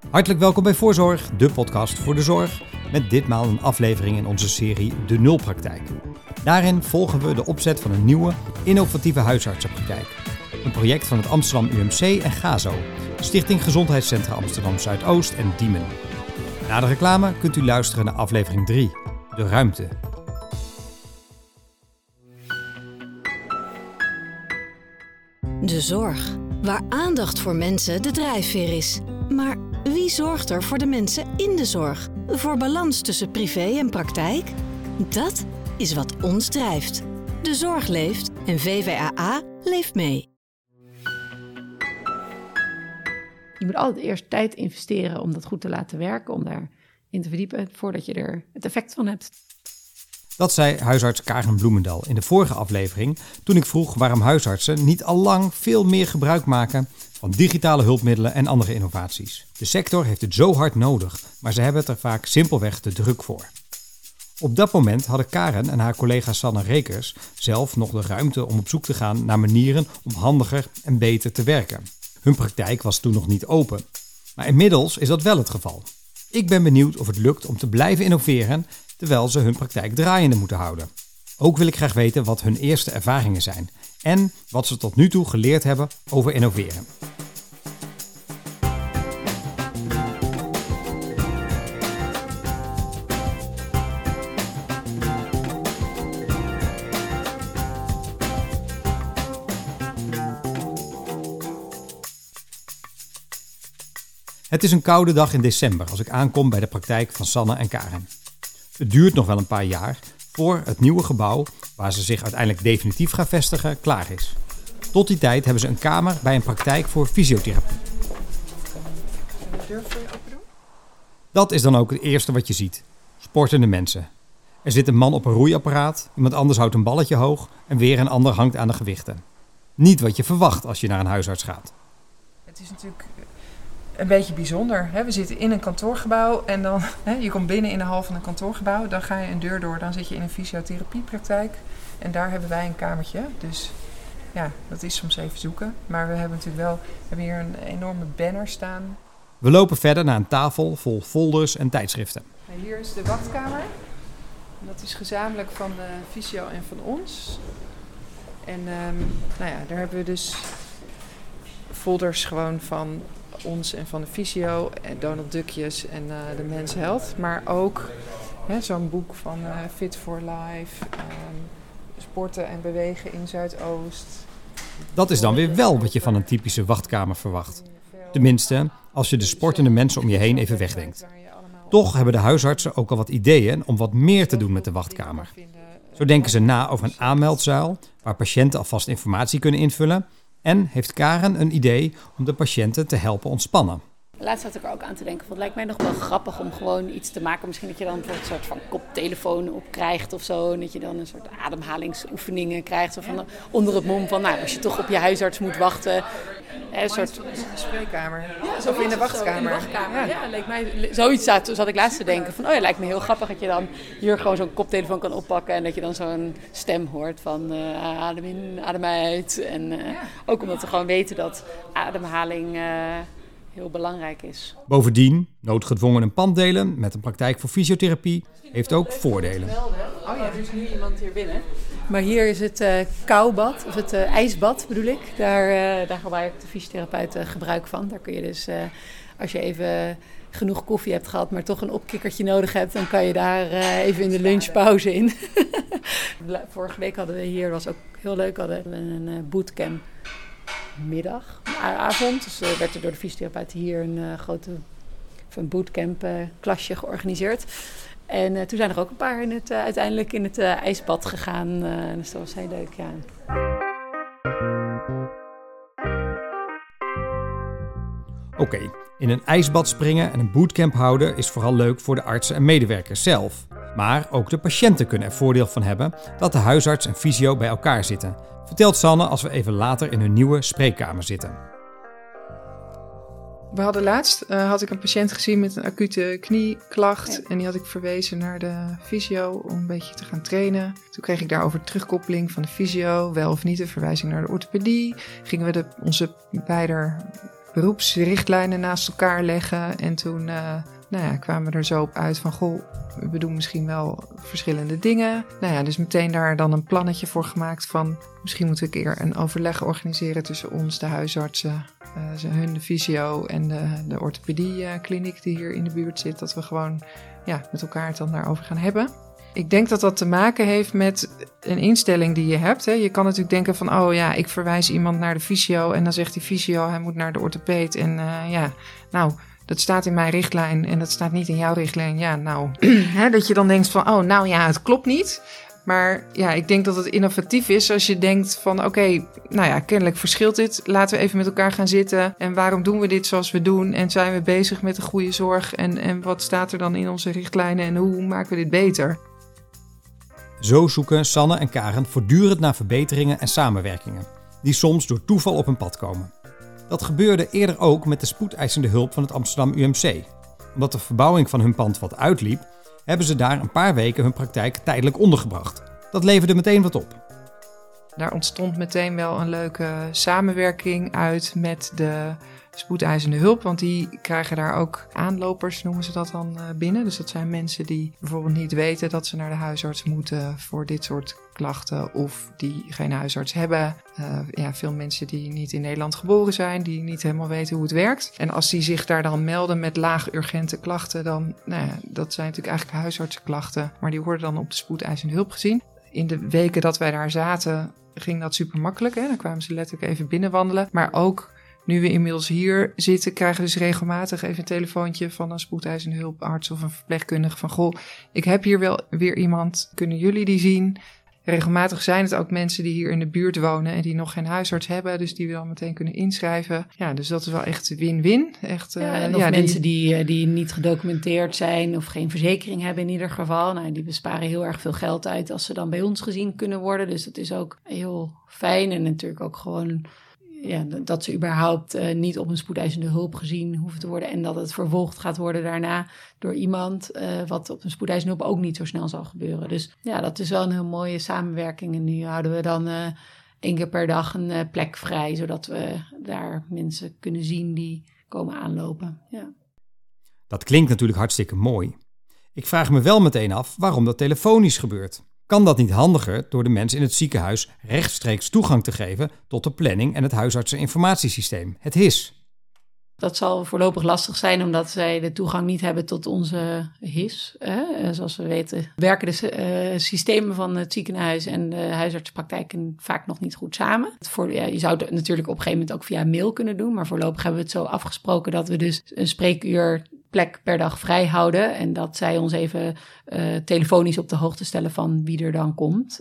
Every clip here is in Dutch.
Hartelijk welkom bij Voorzorg, de podcast voor de zorg, met ditmaal een aflevering in onze serie De Nulpraktijk. Daarin volgen we de opzet van een nieuwe, innovatieve huisartsenpraktijk. Een project van het Amsterdam UMC en GAZO, Stichting Gezondheidscentra Amsterdam Zuidoost en Diemen. Na de reclame kunt u luisteren naar aflevering 3, De Ruimte. De zorg, waar aandacht voor mensen de drijfveer is. Maar wie zorgt er voor de mensen in de zorg? Voor balans tussen privé en praktijk? Dat is wat ons drijft. De zorg leeft en VVAA leeft mee. Je moet altijd eerst tijd investeren om dat goed te laten werken, om daarin te verdiepen, voordat je er het effect van hebt. Dat zei huisarts Karen Bloemendal in de vorige aflevering toen ik vroeg waarom huisartsen niet al lang veel meer gebruik maken van digitale hulpmiddelen en andere innovaties. De sector heeft het zo hard nodig, maar ze hebben het er vaak simpelweg te druk voor. Op dat moment hadden Karen en haar collega Sanne Rekers zelf nog de ruimte om op zoek te gaan naar manieren om handiger en beter te werken. Hun praktijk was toen nog niet open, maar inmiddels is dat wel het geval. Ik ben benieuwd of het lukt om te blijven innoveren terwijl ze hun praktijk draaiende moeten houden. Ook wil ik graag weten wat hun eerste ervaringen zijn en wat ze tot nu toe geleerd hebben over innoveren. Het is een koude dag in december als ik aankom bij de praktijk van Sanne en Karen. Het duurt nog wel een paar jaar voor het nieuwe gebouw, waar ze zich uiteindelijk definitief gaan vestigen, klaar is. Tot die tijd hebben ze een kamer bij een praktijk voor fysiotherapie. Zullen we de deur voor je open doen? Dat is dan ook het eerste wat je ziet. Sportende mensen. Er zit een man op een roeiapparaat, iemand anders houdt een balletje hoog en weer een ander hangt aan de gewichten. Niet wat je verwacht als je naar een huisarts gaat. Het is natuurlijk een beetje bijzonder. Hè? We zitten in een kantoorgebouw en dan, je komt binnen in de hal van een kantoorgebouw. Dan ga je een deur door, dan zit je in een fysiotherapiepraktijk. En daar hebben wij een kamertje. Dus ja, dat is soms even zoeken. Maar we hebben hier een enorme banner staan. We lopen verder naar een tafel vol folders en tijdschriften. Hier is de wachtkamer. Dat is gezamenlijk van de fysio en van ons. En daar hebben we dus folders gewoon van ons en van de fysio, en Donald Duckjes en de Men's Health. Maar ook zo'n boek van Fit for Life, sporten en bewegen in Zuidoost. Dat is dan weer wel wat je van een typische wachtkamer verwacht. Tenminste, als je de sportende mensen om je heen even wegdenkt. Toch hebben de huisartsen ook al wat ideeën om wat meer te doen met de wachtkamer. Zo denken ze na over een aanmeldzuil, waar patiënten alvast informatie kunnen invullen. En heeft Karen een idee om de patiënten te helpen ontspannen. Laatst zat ik er ook aan te denken, want het lijkt mij nog wel grappig om gewoon iets te maken. Misschien dat je dan bijvoorbeeld een soort van koptelefoon op krijgt of zo. En dat je dan een soort ademhalingsoefeningen krijgt. Of van onder het mom van, als je toch op je huisarts moet wachten. Een soort spreekkamer. Ja, of in de wachtkamer. Ja, leek mij, zoiets zat ik laatst te denken. Van, lijkt me heel grappig dat je dan hier gewoon zo'n koptelefoon kan oppakken. En dat je dan zo'n stem hoort van adem in, adem uit. En ook omdat we gewoon weten dat ademhaling heel belangrijk is. Bovendien, noodgedwongen een pand delen met een praktijk voor fysiotherapie heeft ook voordelen. Er is nu iemand hier binnen. Maar hier is het koubad, of het ijsbad bedoel ik. Daar gebruikt de fysiotherapeut gebruik van. Daar kun je dus, als je even genoeg koffie hebt gehad, maar toch een opkikkertje nodig hebt, dan kan je daar even in de lunchpauze in. Vorige week hadden we hier, was ook heel leuk, hadden we een bootcamp avond. Dus werd er door de fysiotherapeut hier een bootcamp klasje georganiseerd. En toen zijn er ook een paar uiteindelijk in het ijsbad gegaan. Dus dat was heel leuk, ja. Oké, in een ijsbad springen en een bootcamp houden is vooral leuk voor de artsen en medewerkers zelf. Maar ook de patiënten kunnen er voordeel van hebben dat de huisarts en fysio bij elkaar zitten. Vertelt Sanne als we even later in hun nieuwe spreekkamer zitten. We hadden laatst had ik een patiënt gezien met een acute knieklacht. Ja. En die had ik verwezen naar de fysio om een beetje te gaan trainen. Toen kreeg ik daarover terugkoppeling van de fysio. Wel of niet een verwijzing naar de orthopedie. Gingen we onze beide beroepsrichtlijnen naast elkaar leggen. En toen kwamen we er zo op uit van, goh, we doen misschien wel verschillende dingen. Dus meteen daar dan een plannetje voor gemaakt van, misschien moeten we een keer een overleg organiseren tussen ons, de huisartsen, hun de fysio en de orthopediekliniek die hier in de buurt zit. Dat we gewoon met elkaar het dan daarover gaan hebben. Ik denk dat dat te maken heeft met een instelling die je hebt. Hè. Je kan natuurlijk denken van, ik verwijs iemand naar de fysio en dan zegt die fysio, hij moet naar de orthopeed. En dat staat in mijn richtlijn en dat staat niet in jouw richtlijn. Dat je dan denkt van, het klopt niet. Maar ik denk dat het innovatief is als je denkt van, kennelijk verschilt dit. Laten we even met elkaar gaan zitten. En waarom doen we dit zoals we doen? En zijn we bezig met de goede zorg? En wat staat er dan in onze richtlijnen en hoe maken we dit beter? Zo zoeken Sanne en Karen voortdurend naar verbeteringen en samenwerkingen, die soms door toeval op hun pad komen. Dat gebeurde eerder ook met de spoedeisende hulp van het Amsterdam UMC. Omdat de verbouwing van hun pand wat uitliep, hebben ze daar een paar weken hun praktijk tijdelijk ondergebracht. Dat leverde meteen wat op. Daar ontstond meteen wel een leuke samenwerking uit met de spoedeisende hulp. Want die krijgen daar ook aanlopers, noemen ze dat dan, binnen. Dus dat zijn mensen die bijvoorbeeld niet weten dat ze naar de huisarts moeten voor dit soort klachten. Of die geen huisarts hebben. Veel mensen die niet in Nederland geboren zijn, die niet helemaal weten hoe het werkt. En als die zich daar dan melden met laag urgente klachten, dan, dat zijn natuurlijk eigenlijk huisartsenklachten. Maar die worden dan op de spoedeisende hulp gezien. In de weken dat wij daar zaten, ging dat super makkelijk. Hè? Dan kwamen ze letterlijk even binnenwandelen. Maar ook nu we inmiddels hier zitten, krijgen we dus regelmatig even een telefoontje van een spoedeisende hulparts of een verpleegkundige van, goh, ik heb hier wel weer iemand, kunnen jullie die zien? Regelmatig zijn het ook mensen die hier in de buurt wonen en die nog geen huisarts hebben, dus die we dan meteen kunnen inschrijven. Ja, dus dat is wel echt win-win. Echt, mensen die niet gedocumenteerd zijn of geen verzekering hebben in ieder geval. Die besparen heel erg veel geld uit als ze dan bij ons gezien kunnen worden. Dus dat is ook heel fijn en natuurlijk ook gewoon dat ze überhaupt niet op een spoedeisende hulp gezien hoeven te worden. En dat het vervolgd gaat worden daarna door iemand, wat op een spoedeisende hulp ook niet zo snel zal gebeuren. Dus dat is wel een heel mooie samenwerking. En nu houden we dan 1 keer per dag een plek vrij, zodat we daar mensen kunnen zien die komen aanlopen. Ja. Dat klinkt natuurlijk hartstikke mooi. Ik vraag me wel meteen af waarom dat telefonisch gebeurt. Kan dat niet handiger door de mensen in het ziekenhuis rechtstreeks toegang te geven tot de planning en het huisartseninformatiesysteem, het HIS? Dat zal voorlopig lastig zijn omdat zij de toegang niet hebben tot onze HIS. Zoals we weten werken de systemen van het ziekenhuis en de huisartsenpraktijken vaak nog niet goed samen. Je zou het natuurlijk op een gegeven moment ook via mail kunnen doen, maar voorlopig hebben we het zo afgesproken dat we dus een spreekuur plek per dag vrij houden en dat zij ons even telefonisch op de hoogte stellen van wie er dan komt.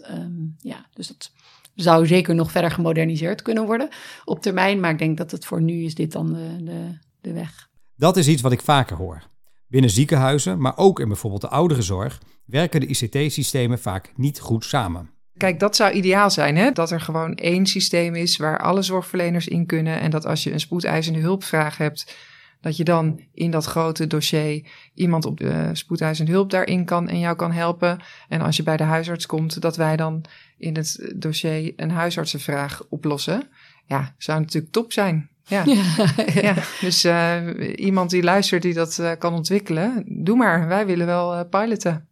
Dus dat zou zeker nog verder gemoderniseerd kunnen worden op termijn, maar ik denk dat het voor nu is dit dan de weg. Dat is iets wat ik vaker hoor. Binnen ziekenhuizen, maar ook in bijvoorbeeld de ouderenzorg, werken de ICT-systemen vaak niet goed samen. Kijk, dat zou ideaal zijn, hè? Dat er gewoon 1 systeem is waar alle zorgverleners in kunnen en dat als je een spoedeisende hulpvraag hebt, dat je dan in dat grote dossier iemand op de spoedeisende hulp daarin kan en jou kan helpen. En als je bij de huisarts komt, dat wij dan in het dossier een huisartsenvraag oplossen. Ja, zou natuurlijk top zijn. Ja. Dus iemand die luistert die dat kan ontwikkelen, doe maar. Wij willen wel piloten.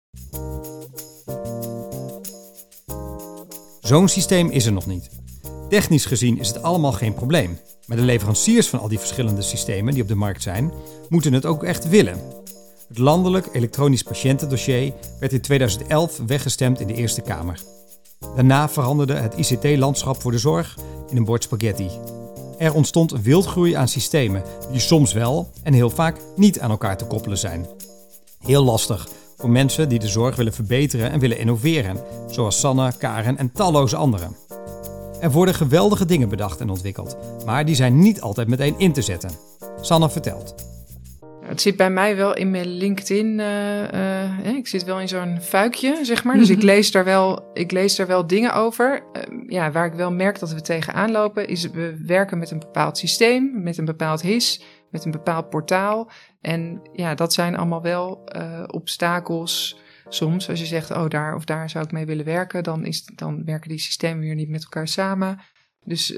Zo'n systeem is er nog niet. Technisch gezien is het allemaal geen probleem. Maar de leveranciers van al die verschillende systemen die op de markt zijn, moeten het ook echt willen. Het landelijk elektronisch patiëntendossier werd in 2011 weggestemd in de Eerste Kamer. Daarna veranderde het ICT-landschap voor de zorg in een bord spaghetti. Er ontstond een wildgroei aan systemen die soms wel en heel vaak niet aan elkaar te koppelen zijn. Heel lastig voor mensen die de zorg willen verbeteren en willen innoveren, zoals Sanne, Karen en talloze anderen. Er worden geweldige dingen bedacht en ontwikkeld, maar die zijn niet altijd meteen in te zetten. Sanne vertelt. Het zit bij mij wel in mijn LinkedIn. Ik zit wel in zo'n fuikje, zeg maar. Dus ik lees daar wel dingen over. Waar ik wel merk dat we tegenaan lopen, is we werken met een bepaald systeem, met een bepaald HIS, met een bepaald portaal. En dat zijn allemaal wel obstakels. Soms, als je zegt, daar of daar zou ik mee willen werken, dan werken die systemen weer niet met elkaar samen. Dus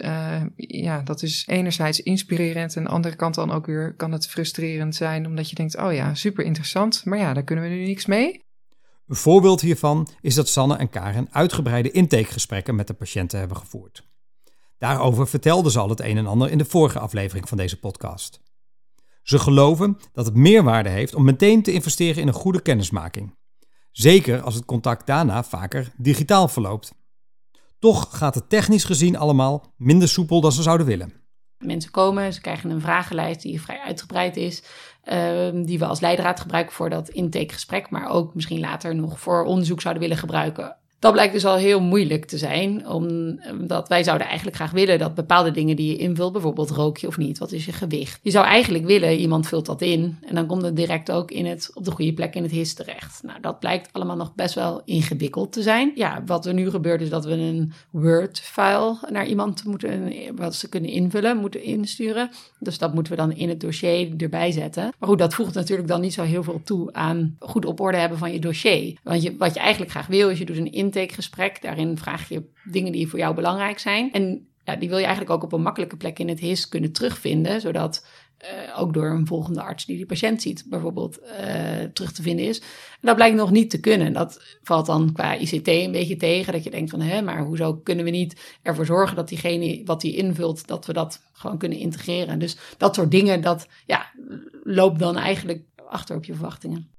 dat is enerzijds inspirerend. En aan de andere kant dan ook weer kan het frustrerend zijn. Omdat je denkt, oh ja, super interessant. Maar ja, daar kunnen we nu niks mee. Een voorbeeld hiervan is dat Sanne en Karen uitgebreide intakegesprekken met de patiënten hebben gevoerd. Daarover vertelden ze al het een en ander in de vorige aflevering van deze podcast. Ze geloven dat het meerwaarde heeft om meteen te investeren in een goede kennismaking. Zeker als het contact daarna vaker digitaal verloopt. Toch gaat het technisch gezien allemaal minder soepel dan ze zouden willen. Mensen komen, ze krijgen een vragenlijst die vrij uitgebreid is. Die we als leidraad gebruiken voor dat intakegesprek. Maar ook misschien later nog voor onderzoek zouden willen gebruiken. Dat blijkt dus al heel moeilijk te zijn, omdat wij zouden eigenlijk graag willen dat bepaalde dingen die je invult, bijvoorbeeld rook je of niet, wat is je gewicht? Je zou eigenlijk willen, iemand vult dat in en dan komt het direct ook op de goede plek in het HIS terecht. Nou, dat blijkt allemaal nog best wel ingewikkeld te zijn. Ja, wat er nu gebeurt is dat we een Word-file naar iemand wat ze kunnen invullen, moeten insturen. Dus dat moeten we dan in het dossier erbij zetten. Maar goed, dat voegt natuurlijk dan niet zo heel veel toe aan goed op orde hebben van je dossier. Want wat je eigenlijk graag wil, is je doet een intakegesprek. Daarin vraag je dingen die voor jou belangrijk zijn. En die wil je eigenlijk ook op een makkelijke plek in het HIS kunnen terugvinden, zodat ook door een volgende arts die patiënt ziet bijvoorbeeld terug te vinden is. En dat blijkt nog niet te kunnen. Dat valt dan qua ICT een beetje tegen. Dat je denkt van, maar hoezo kunnen we niet ervoor zorgen dat diegene wat die invult, dat we dat gewoon kunnen integreren. Dus dat soort dingen, dat loopt dan eigenlijk achter op je verwachtingen.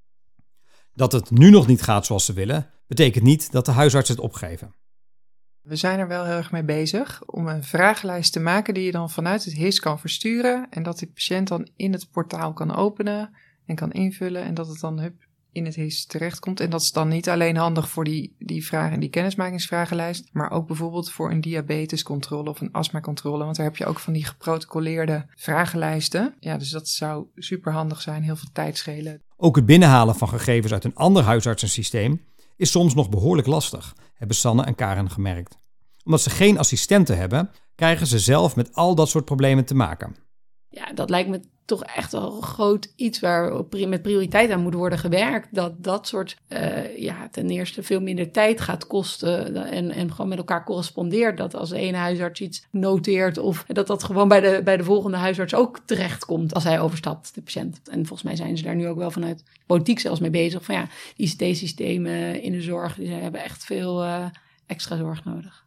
Dat het nu nog niet gaat zoals ze willen, betekent niet dat de huisartsen het opgeven. We zijn er wel heel erg mee bezig om een vragenlijst te maken die je dan vanuit het HIS kan versturen. En dat die patiënt dan in het portaal kan openen en kan invullen. En dat het dan in het HIS terechtkomt. En dat is dan niet alleen handig voor die vragen, die kennismakingsvragenlijst. Maar ook bijvoorbeeld voor een diabetescontrole of een astmacontrole. Want daar heb je ook van die geprotocoleerde vragenlijsten. Ja, dus dat zou super handig zijn, heel veel tijd schelen. Ook het binnenhalen van gegevens uit een ander huisartsensysteem is soms nog behoorlijk lastig, hebben Sanne en Karen gemerkt. Omdat ze geen assistenten hebben, krijgen ze zelf met al dat soort problemen te maken. Ja, dat lijkt me toch echt wel een groot iets waar met prioriteit aan moet worden gewerkt. Dat soort, ten eerste veel minder tijd gaat kosten en gewoon met elkaar correspondeert. Dat als de ene huisarts iets noteert of dat gewoon bij de volgende huisarts ook terechtkomt als hij overstapt, de patiënt. En volgens mij zijn ze daar nu ook wel vanuit politiek zelfs mee bezig. Van ICT-systemen in de zorg, die hebben echt veel extra zorg nodig.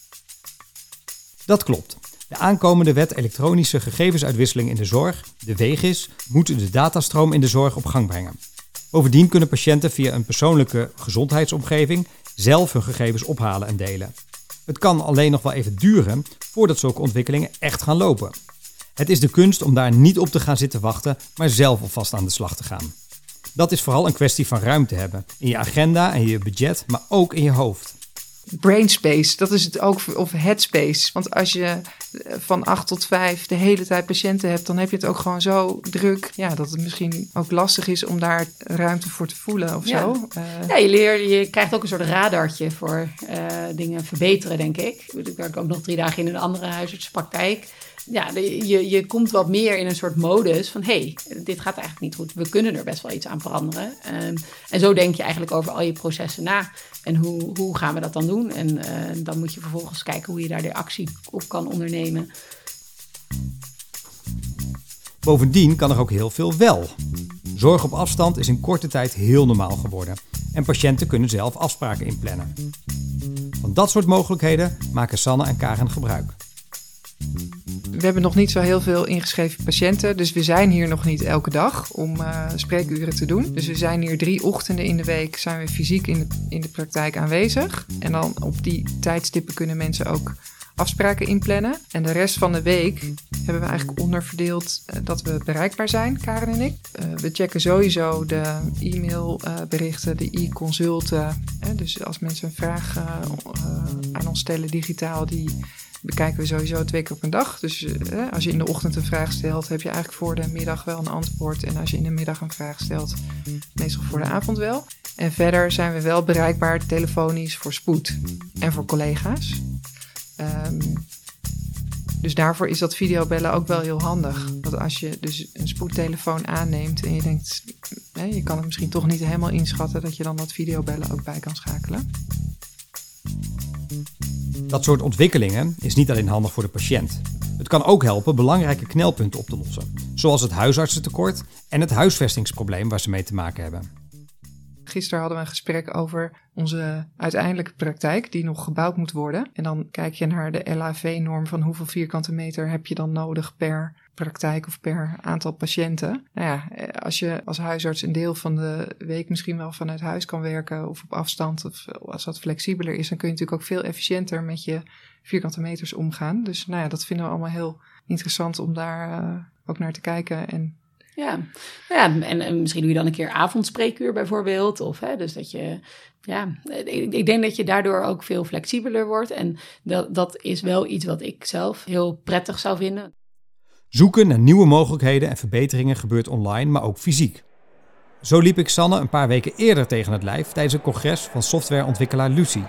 Dat klopt. De aankomende wet elektronische gegevensuitwisseling in de zorg, de WGIS, moet de datastroom in de zorg op gang brengen. Bovendien kunnen patiënten via een persoonlijke gezondheidsomgeving zelf hun gegevens ophalen en delen. Het kan alleen nog wel even duren voordat zulke ontwikkelingen echt gaan lopen. Het is de kunst om daar niet op te gaan zitten wachten, maar zelf alvast aan de slag te gaan. Dat is vooral een kwestie van ruimte hebben, in je agenda en je budget, maar ook in je hoofd. Brainspace, dat is het ook, of headspace. Want als je van 8 tot 5 de hele tijd patiënten hebt, dan heb je het ook gewoon zo druk, dat het misschien ook lastig is om daar ruimte voor te voelen of zo. Je krijgt ook een soort radartje voor dingen verbeteren, denk ik. Ik werk ook nog 3 dagen in een andere huisartsenpraktijk. Ja, je komt wat meer in een soort modus van dit gaat eigenlijk niet goed. We kunnen er best wel iets aan veranderen. En zo denk je eigenlijk over al je processen na. En hoe gaan we dat dan doen? En dan moet je vervolgens kijken hoe je daar de actie op kan ondernemen. Bovendien kan er ook heel veel wel. Zorg op afstand is in korte tijd heel normaal geworden. En patiënten kunnen zelf afspraken inplannen. Van dat soort mogelijkheden maken Sanne en Karen gebruik. We hebben nog niet zo heel veel ingeschreven patiënten, dus we zijn hier nog niet elke dag om spreekuren te doen. Dus we zijn hier 3 ochtenden in de week, zijn we fysiek in de praktijk aanwezig. En dan op die tijdstippen kunnen mensen ook afspraken inplannen. En de rest van de week hebben we eigenlijk onderverdeeld dat we bereikbaar zijn, Karen en ik. We checken sowieso de e-mailberichten, de e-consulten. Dus als mensen een vraag aan ons stellen digitaal, die bekijken we sowieso 2 keer op een dag. Dus als je in de ochtend een vraag stelt, heb je eigenlijk voor de middag wel een antwoord. En als je in de middag een vraag stelt, meestal voor de avond wel. En verder zijn we wel bereikbaar telefonisch voor spoed en voor collega's. Dus daarvoor is dat videobellen ook wel heel handig. Want als je dus een spoedtelefoon aanneemt en je denkt, je kan het misschien toch niet helemaal inschatten, dat je dan dat videobellen ook bij kan schakelen. Dat soort ontwikkelingen is niet alleen handig voor de patiënt. Het kan ook helpen belangrijke knelpunten op te lossen, zoals het huisartsentekort en het huisvestingsprobleem waar ze mee te maken hebben. Gisteren hadden we een gesprek over onze uiteindelijke praktijk die nog gebouwd moet worden. En dan kijk je naar de LAV-norm van hoeveel vierkante meter heb je dan nodig per praktijk of per aantal patiënten. Nou ja, als je als huisarts een deel van de week misschien wel vanuit huis kan werken of op afstand of als dat flexibeler is, dan kun je natuurlijk ook veel efficiënter met je vierkante meters omgaan. Dus nou ja, dat vinden we allemaal heel interessant om daar ook naar te kijken en Ja, en misschien doe je dan een keer avondspreekuur bijvoorbeeld. Of dus dat je, ik denk dat je daardoor ook veel flexibeler wordt. En dat is wel iets wat ik zelf heel prettig zou vinden. Zoeken naar nieuwe mogelijkheden en verbeteringen gebeurt online, maar ook fysiek. Zo liep ik Sanne een paar weken eerder tegen het lijf tijdens een congres van softwareontwikkelaar Lucie.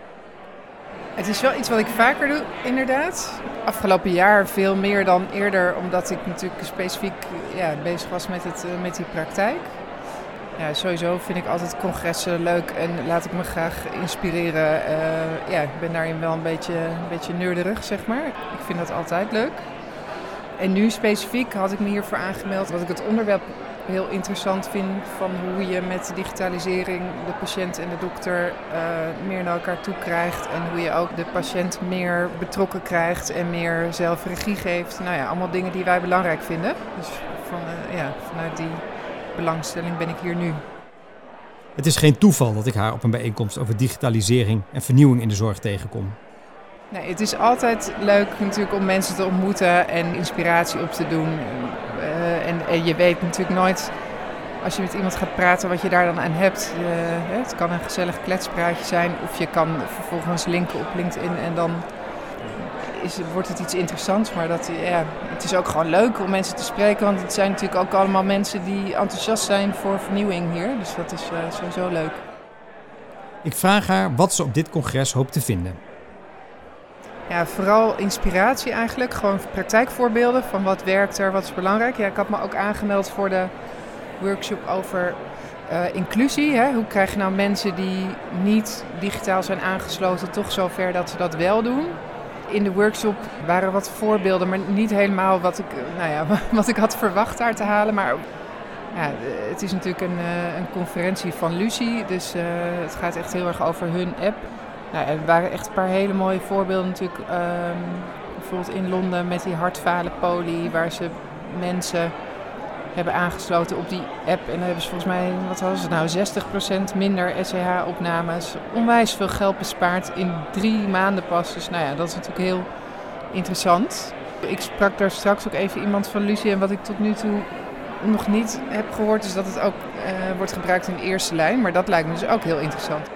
Het is wel iets wat ik vaker doe, inderdaad. Afgelopen jaar veel meer dan eerder, omdat ik natuurlijk specifiek bezig was met die praktijk. Ja, sowieso vind ik altijd congressen leuk en laat ik me graag inspireren. Ik ben daarin wel een beetje neurderig, zeg maar. Ik vind dat altijd leuk. En nu specifiek had ik me hiervoor aangemeld, wat ik het onderwerp heel interessant vind van hoe je met digitalisering de patiënt en de dokter meer naar elkaar toe krijgt. En hoe je ook de patiënt meer betrokken krijgt en meer zelf regie geeft. Nou ja, allemaal dingen die wij belangrijk vinden. Dus vanuit die belangstelling ben ik hier nu. Het is geen toeval dat ik haar op een bijeenkomst over digitalisering en vernieuwing in de zorg tegenkom. Nee, het is altijd leuk natuurlijk om mensen te ontmoeten en inspiratie op te doen. En je weet natuurlijk nooit, als je met iemand gaat praten, wat je daar dan aan hebt. Het kan een gezellig kletspraatje zijn of je kan vervolgens linken op LinkedIn en dan wordt het iets interessants. Maar het is ook gewoon leuk om mensen te spreken, want het zijn natuurlijk ook allemaal mensen die enthousiast zijn voor vernieuwing hier. Dus dat is sowieso leuk. Ik vraag haar wat ze op dit congres hoopt te vinden. Ja, vooral inspiratie eigenlijk. Gewoon praktijkvoorbeelden van wat werkt er, wat is belangrijk. Ja, ik had me ook aangemeld voor de workshop over inclusie. Hè? Hoe krijg je nou mensen die niet digitaal zijn aangesloten toch zover dat ze dat wel doen? In de workshop waren wat voorbeelden, maar niet helemaal wat ik had verwacht daar te halen. Maar ja, het is natuurlijk een conferentie van Lucie, dus het gaat echt heel erg over hun app. Nou, er waren echt een paar hele mooie voorbeelden natuurlijk. Bijvoorbeeld in Londen met die hartfalenpolie, waar ze mensen hebben aangesloten op die app. En dan hebben ze volgens mij, wat hadden ze nou, 60% minder SCH-opnames. Onwijs veel geld bespaard in 3 maanden pas. Dus nou ja, dat is natuurlijk heel interessant. Ik sprak daar straks ook even iemand van Lucie en wat ik tot nu toe nog niet heb gehoord is dat het ook wordt gebruikt in de eerste lijn. Maar dat lijkt me dus ook heel interessant.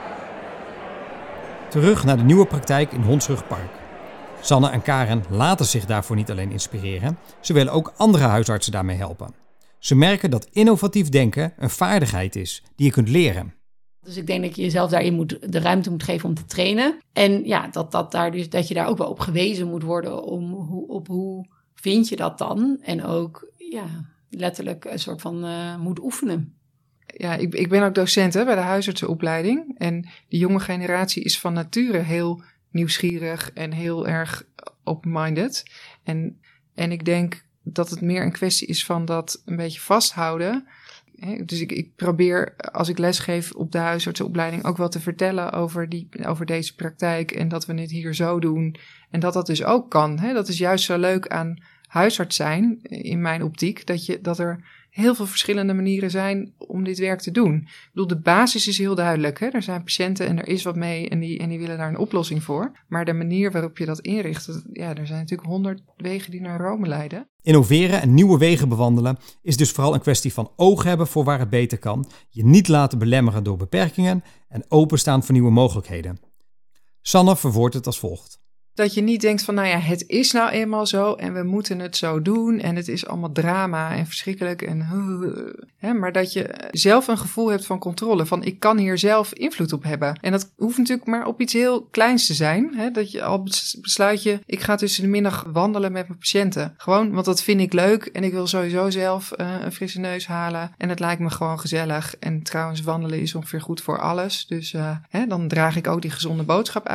Terug naar de nieuwe praktijk in Hondsrugpark. Sanne en Karen laten zich daarvoor niet alleen inspireren, ze willen ook andere huisartsen daarmee helpen. Ze merken dat innovatief denken een vaardigheid is die je kunt leren. Dus ik denk dat je jezelf daarin de ruimte moet geven om te trainen. En ja, dat je daar ook wel op gewezen moet worden op hoe vind je dat dan? En ook letterlijk een soort van moet oefenen. Ja, ik ben ook docent bij de huisartsenopleiding. En de jonge generatie is van nature heel nieuwsgierig en heel erg open-minded. En ik denk dat het meer een kwestie is van dat een beetje vasthouden. Dus ik probeer, als ik lesgeef op de huisartsenopleiding, ook wel te vertellen over deze praktijk. En dat we het hier zo doen. En dat dus ook kan. Dat is juist zo leuk aan huisarts zijn, in mijn optiek. Dat er heel veel verschillende manieren zijn om dit werk te doen. Ik bedoel, de basis is heel duidelijk. Er zijn patiënten en er is wat mee en die willen daar een oplossing voor. Maar de manier waarop je dat inricht, er zijn natuurlijk 100 wegen die naar Rome leiden. Innoveren en nieuwe wegen bewandelen is dus vooral een kwestie van oog hebben voor waar het beter kan, je niet laten belemmeren door beperkingen en openstaan voor nieuwe mogelijkheden. Sanne verwoordt het als volgt. Dat je niet denkt van, het is nou eenmaal zo en we moeten het zo doen en het is allemaal drama en verschrikkelijk maar dat je zelf een gevoel hebt van controle, van ik kan hier zelf invloed op hebben. En dat hoeft natuurlijk maar op iets heel kleins te zijn, dat je al besluit ik ga tussen de middag wandelen met mijn patiënten. Gewoon, want dat vind ik leuk en ik wil sowieso zelf een frisse neus halen en het lijkt me gewoon gezellig. En trouwens, wandelen is ongeveer goed voor alles, dus dan draag ik ook die gezonde boodschap uit.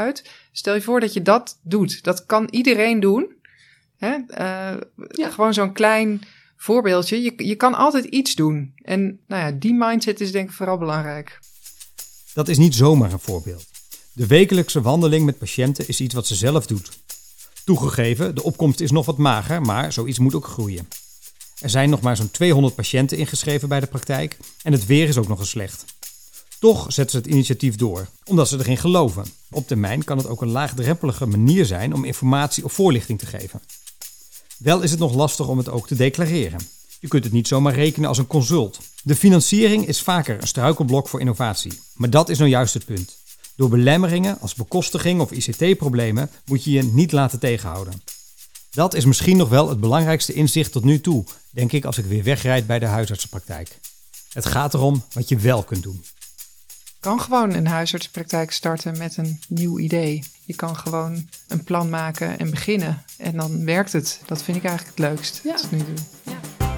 Stel je voor dat je dat doet. Dat kan iedereen doen. Hè? Gewoon zo'n klein voorbeeldje. Je kan altijd iets doen. En die mindset is denk ik vooral belangrijk. Dat is niet zomaar een voorbeeld. De wekelijkse wandeling met patiënten is iets wat ze zelf doet. Toegegeven, de opkomst is nog wat mager, maar zoiets moet ook groeien. Er zijn nog maar zo'n 200 patiënten ingeschreven bij de praktijk en het weer is ook nog eens slecht. Toch zetten ze het initiatief door, omdat ze erin geloven. Op termijn kan het ook een laagdrempelige manier zijn om informatie of voorlichting te geven. Wel is het nog lastig om het ook te declareren. Je kunt het niet zomaar rekenen als een consult. De financiering is vaker een struikelblok voor innovatie. Maar dat is nou juist het punt. Door belemmeringen als bekostiging of ICT-problemen moet je je niet laten tegenhouden. Dat is misschien nog wel het belangrijkste inzicht tot nu toe, denk ik als ik weer wegrijd bij de huisartsenpraktijk. Het gaat erom wat je wel kunt doen. Je kan gewoon een huisartsenpraktijk starten met een nieuw idee. Je kan gewoon een plan maken en beginnen. En dan werkt het. Dat vind ik eigenlijk het leukst tot nu toe. Ja.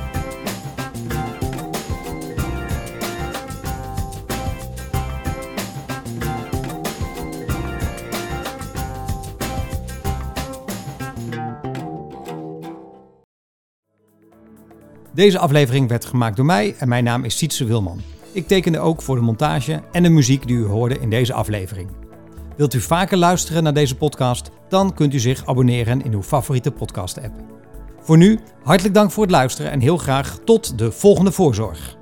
Deze aflevering werd gemaakt door mij en mijn naam is Sietse Wilman. Ik tekende ook voor de montage en de muziek die u hoorde in deze aflevering. Wilt u vaker luisteren naar deze podcast? Dan kunt u zich abonneren in uw favoriete podcast-app. Voor nu, hartelijk dank voor het luisteren en heel graag tot de volgende voorzorg.